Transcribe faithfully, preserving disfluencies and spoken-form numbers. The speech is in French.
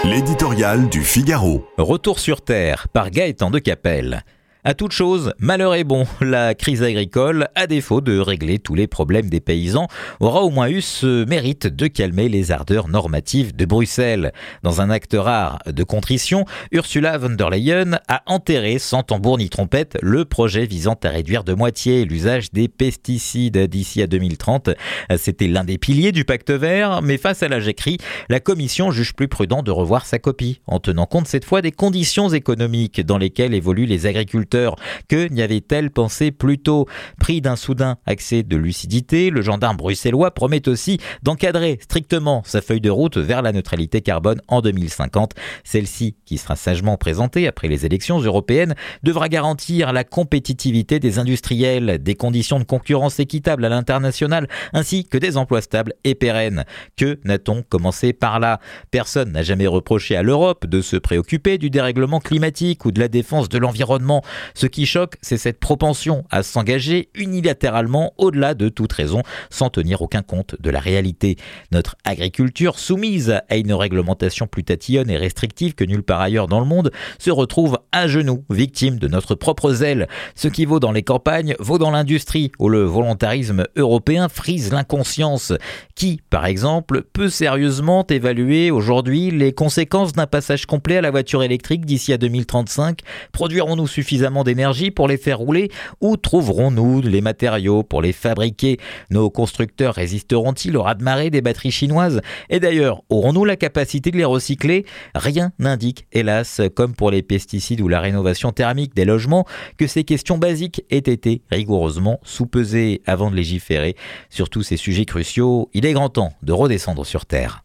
L'éditorial du Figaro. Retour sur Terre par Gaëtan de Capelle. À toute chose, malheur est bon. La crise agricole, à défaut de régler tous les problèmes des paysans, aura au moins eu ce mérite de calmer les ardeurs normatives de Bruxelles. Dans un acte rare de contrition, Ursula von der Leyen a enterré sans tambour ni trompette le projet visant à réduire de moitié l'usage des pesticides d'ici à deux mille trente. C'était l'un des piliers du pacte vert, mais face à la jacquerie, la Commission juge plus prudent de revoir sa copie, en tenant compte cette fois des conditions économiques dans lesquelles évoluent les agriculteurs. Que n'y avait-elle pensé plus tôt? Pris d'un soudain accès de lucidité, le gendarme bruxellois promet aussi d'encadrer strictement sa feuille de route vers la neutralité carbone en deux mille cinquante. Celle-ci, qui sera sagement présentée après les élections européennes, devra garantir la compétitivité des industriels, des conditions de concurrence équitables à l'international, ainsi que des emplois stables et pérennes. Que n'a-t-on commencé par là? Personne n'a jamais reproché à l'Europe de se préoccuper du dérèglement climatique ou de la défense de l'environnement. Ce qui choque, c'est cette propension à s'engager unilatéralement au-delà de toute raison, sans tenir aucun compte de la réalité. Notre agriculture, soumise à une réglementation plus tatillonne et restrictive que nulle part ailleurs dans le monde, se retrouve à genoux, victime de notre propre zèle. Ce qui vaut dans les campagnes, vaut dans l'industrie, où le volontarisme européen frise l'inconscience. Qui, par exemple, peut sérieusement évaluer aujourd'hui les conséquences d'un passage complet à la voiture électrique d'ici à deux mille trente-cinq? Produirons-nous suffisamment d'énergie pour les faire rouler? Où trouverons-nous les matériaux pour les fabriquer? Nos constructeurs résisteront-ils au raz-de-marée des batteries chinoises? Et d'ailleurs, aurons-nous la capacité de les recycler? Rien n'indique, hélas, comme pour les pesticides ou la rénovation thermique des logements, que ces questions basiques aient été rigoureusement sous-pesées avant de légiférer. Sur tous ces sujets cruciaux, il est grand temps de redescendre sur Terre.